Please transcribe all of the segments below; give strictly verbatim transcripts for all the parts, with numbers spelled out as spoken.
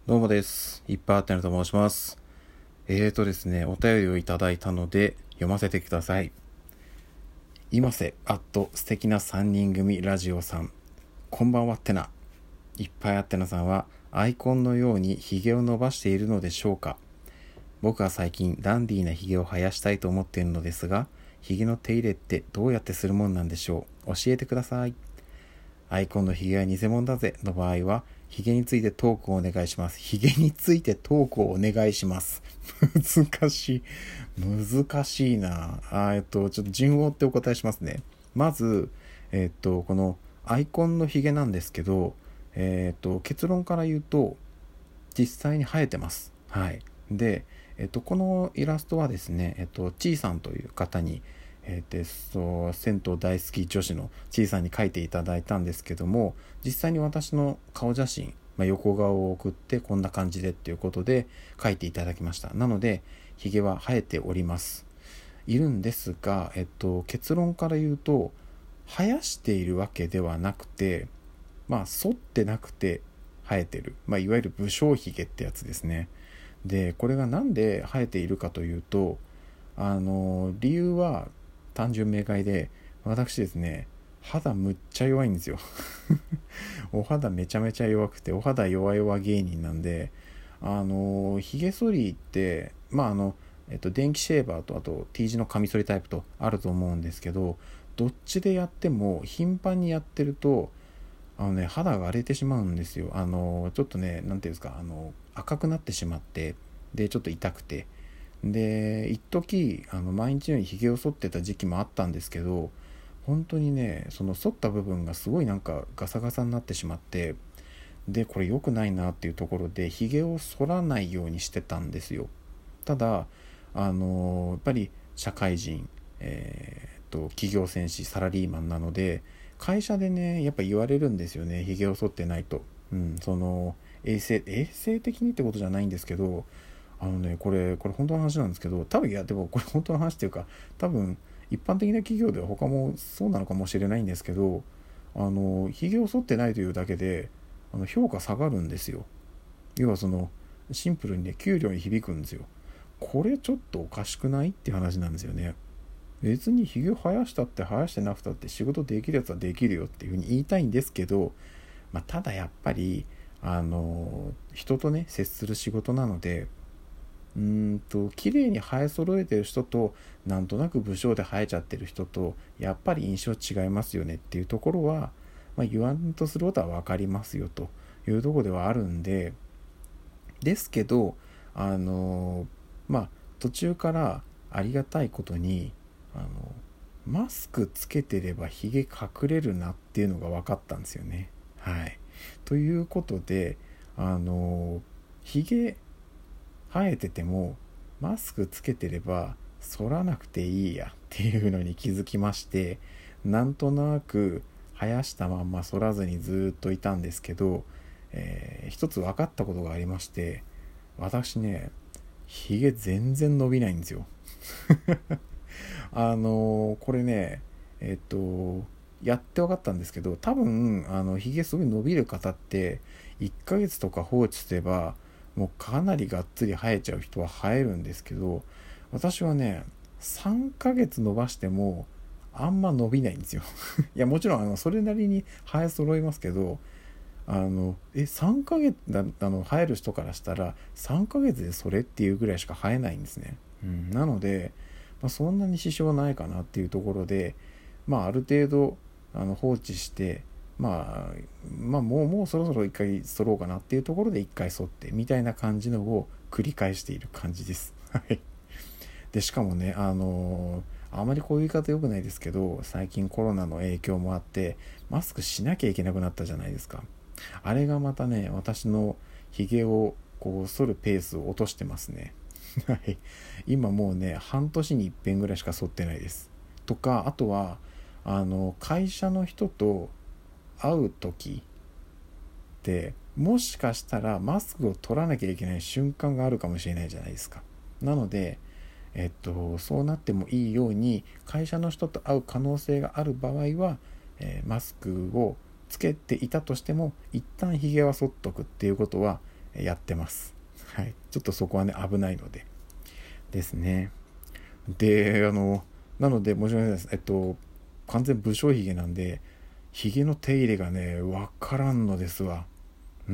どうもです。いっぱいあってなと申します。えーとですね、お便りをいただいたので読ませてください。今瀬アット素敵なさんにん組ラジオさん、こんばんはってな。いっぱいあってなさんはアイコンのようにヒゲを伸ばしているのでしょうか。僕は最近ダンディーなヒゲを生やしたいと思っているのですが、ヒゲの手入れってどうやってするもんなんでしょう。教えてください。アイコンのヒゲは偽物だぜの場合は、ヒゲについてトークをお願いします。ヒゲについてトークをお願いします。難しい。難しいな。あえっと、ちょっと順を追ってお答えしますね。まず、えっと、このアイコンのヒゲなんですけど、えっと、結論から言うと、実際に生えてます。はい。で、えっと、このイラストはですね、えっと、ちいさんという方に、えー、そう銭湯大好き女子のちいさんに書いていただいたんですけども、実際に私の顔写真、まあ、横顔を送ってこんな感じでっていうことで書いていただきました。なのでひげは生えておりますいるんですが、えっと、結論から言うと生やしているわけではなくて、まあ剃ってなくて生えてる、まあ、いわゆる武将ひげってやつですね。でこれがなんで生えているかというと、あの理由は単純明快で、私ですね、肌むっちゃ弱いんですよ。お肌めちゃめちゃ弱くて、お肌弱々芸人なんで、あのひげ剃りって、まああのえっと電気シェーバーとあと T 字のカミソリタイプとあると思うんですけど、どっちでやっても頻繁にやってると、あのね、肌が荒れてしまうんですよ。あのちょっとね、なんていうんですか、あの赤くなってしまって、でちょっと痛くて、で一時あの毎日のようにひげを剃ってた時期もあったんですけど、本当にね、その剃った部分がすごいなんかガサガサになってしまって、でこれ良くないなっていうところでひげを剃らないようにしてたんですよ。ただあのやっぱり社会人、えー、と企業戦士サラリーマンなので、会社でねやっぱ言われるんですよね、ひげを剃ってないと。うん、その衛生衛生的にってことじゃないんですけど、あのね、これ、これ本当の話なんですけど、多分、いや、でもこれ本当の話っていうか、多分、一般的な企業では他もそうなのかもしれないんですけど、あの、髭を剃ってないというだけで、あの評価下がるんですよ。要はその、シンプルにね、給料に響くんですよ。これちょっとおかしくないっていう話なんですよね。別に髭を生やしたって生やしてなくたって仕事できるやつはできるよっていうふうに言いたいんですけど、まあ、ただやっぱり、あの、人とね、接する仕事なので、うーんと綺麗に生え揃えてる人と、なんとなく武将で生えちゃってる人と、やっぱり印象違いますよねっていうところは、まあ、言わんとすることは分かりますよというところではあるんで、ですけど、あのまあ途中からありがたいことに、あのマスクつけてればひげ隠れるなっていうのが分かったんですよね。はい。ということで、あのひげ生えててもマスクつけてれば剃らなくていいやっていうのに気づきまして、なんとなく生やしたまんま剃らずにずっといたんですけど、えー一つ分かったことがありまして、私ね、ひげ全然伸びないんですよ。あのーこれね、えっとやって分かったんですけど、多分あのひげすごい伸びる方っていっかげつとか放置すればもうかなりがっつり生えちゃう人は生えるんですけど、私はね、さんかげつ伸ばしてもあんま伸びないんですよ。いやもちろんあのそれなりに生え揃いますけど、あのえさんかげつだあの生える人からしたらさんかげつでそれっていうぐらいしか生えないんですね。うん、なので、まあ、そんなに支障ないかなっていうところで、まあ、ある程度あの放置して、まあ、まあもうもうそろそろ一回剃ろうかなっていうところで一回剃ってみたいな感じのを繰り返している感じです。はい。でしかもね、あのー、あまりこういう言い方良くないですけど、最近コロナの影響もあってマスクしなきゃいけなくなったじゃないですか。あれがまたね、私のヒゲをこう剃るペースを落としてますね。はい。今もうね、半年に一遍ぐらいしか剃ってないです。とか、あとは、あの、会社の人と会う時って、もしかしたらマスクを取らなきゃいけない瞬間があるかもしれないじゃないですか。なので、えっと、そうなってもいいように、会社の人と会う可能性がある場合は、えーマスクをつけていたとしても、一旦ヒゲは剃っとくっていうことは、 やってます。はい。ちょっとそこはね、危ないので。ですね。で、あの、なので、申し訳ないです。えっと、完全武将髭なんで、髭の手入れがね、わからんのですわ。うん。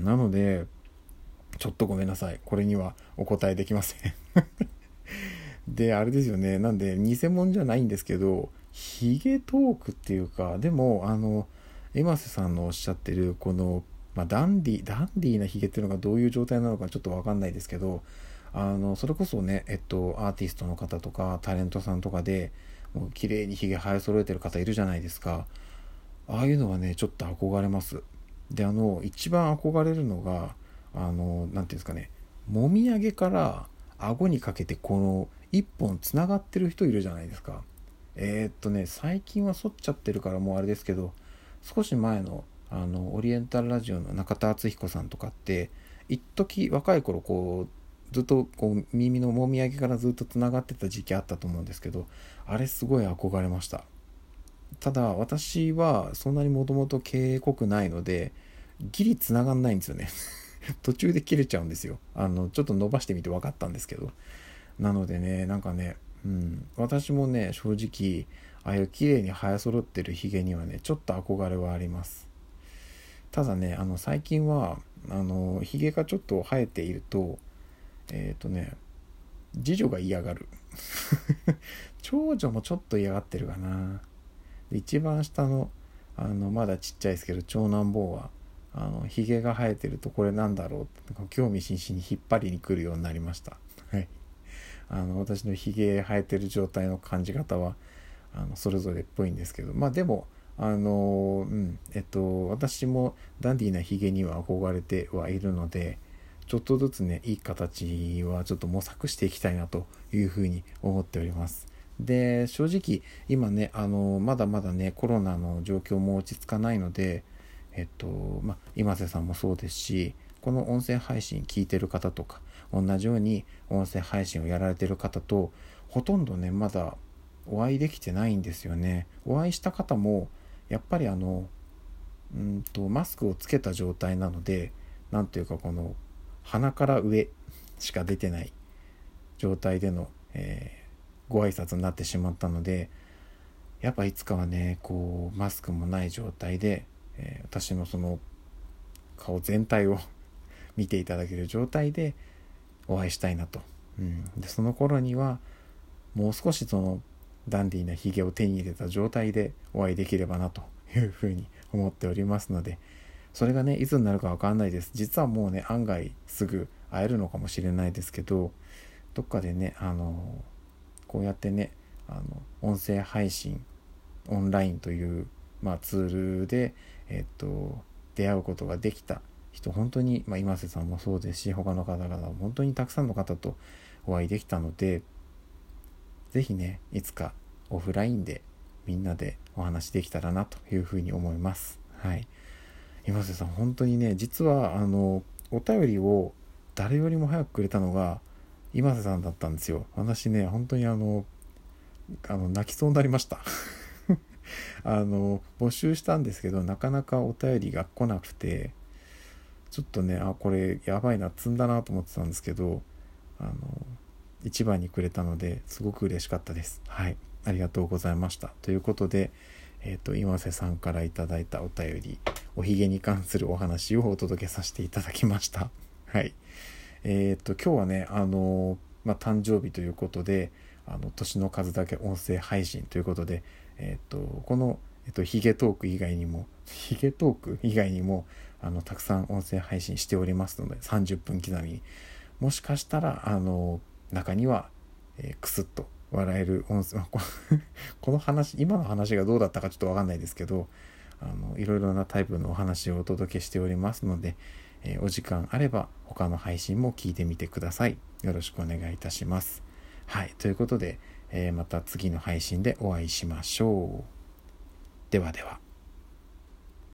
なので、ちょっとごめんなさい。これにはお答えできません。で、あれですよね。なんで、偽物じゃないんですけど、ヒゲトークっていうか、でも、あの、今瀬さんのおっしゃってる、この、まあ、ダンディ、ダンディーなヒゲっていうのがどういう状態なのかちょっとわかんないですけど、あの、それこそね、えっと、アーティストの方とか、タレントさんとかで、もう綺麗にヒゲ生え揃えてる方いるじゃないですか。ああいうのはね、ちょっと憧れます。で、あの、一番憧れるのが、あの、なんていうんですかね、もみあげから顎にかけてこの一本つながってる人いるじゃないですか。えー、っとね、最近は剃っちゃってるからもうあれですけど、少し前の、あの、オリエンタルラジオの中田敦彦さんとかって、一時若い頃こう、ずっとこう耳のもみあげからずっとつながってた時期あったと思うんですけど、あれすごい憧れました。ただ私はそんなにもともと毛濃くないのでギリつながんないんですよね。途中で切れちゃうんですよ。あのちょっと伸ばしてみて分かったんですけど、なのでね、なんかね、うん、私もね正直ああいう綺麗に生え揃ってるヒゲにはねちょっと憧れはあります。ただね、あの最近はあのヒゲがちょっと生えているとえっ、ー、とね次女が嫌がる。長女もちょっと嫌がってるかな。一番下の、あのまだちっちゃいですけど長男坊はあのひげが生えてるとこれなんだろうって興味津々に引っ張りに来るようになりました。はい。あの私のひげ生えてる状態の感じ方はあのそれぞれっぽいんですけど、まあでもあのうんえっと私もダンディーなひげには憧れてはいるので、ちょっとずつねいい形はちょっと模索していきたいなというふうに思っております。で、正直今ねあのまだまだねコロナの状況も落ち着かないので、えっとまあ今瀬さんもそうですし、この音声配信聞いてる方とか同じように音声配信をやられてる方とほとんどねまだお会いできてないんですよね。お会いした方もやっぱりあのうんとマスクをつけた状態なので、なんというかこの鼻から上しか出てない状態での、えーご挨拶になってしまったので、やっぱいつかはねこうマスクもない状態で、えー私のその顔全体を見ていただける状態でお会いしたいなと、うん、でその頃にはもう少しそのダンディーなヒゲを手に入れた状態でお会いできればなというふうに思っておりますので、それがねいつになるかわかんないです。実はもうね案外すぐ会えるのかもしれないですけど、どっかでねあのこうやってねあの音声配信オンラインという、まあ、ツールで、えっと、出会うことができた人、本当に、まあ、今瀬さんもそうですし他の方々も本当にたくさんの方とお会いできたので、ぜひねいつかオフラインでみんなでお話できたらなというふうに思います。はい。今瀬さん本当にね、実はあのお便りを誰よりも早くくれたのが今瀬さんだったんですよ。私ね本当にあのあの泣きそうになりました。あの募集したんですけどなかなかお便りが来なくて、ちょっとねあこれやばいな積んだなと思ってたんですけど、あの一番にくれたのですごく嬉しかったです。はい、ありがとうございました。ということで、えっと今瀬さんからいただいたお便り、おひげに関するお話をお届けさせていただきました。はい。えっと今日はねあのまあ誕生日ということで、あの年の数だけ音声配信ということで、えっとこのえっとヒゲトーク以外にもヒゲトーク以外にもあのたくさん音声配信しておりますので、さんじゅっぷん刻みにもしかしたらあの中には、えー、クスッと笑える音声この話今の話がどうだったかちょっと分かんないですけど、あのいろいろなタイプのお話をお届けしておりますので、えー、お時間あれば他の配信も聞いてみてください。よろしくお願いいたします。はい、ということで、えー、また次の配信でお会いしましょう。ではでは。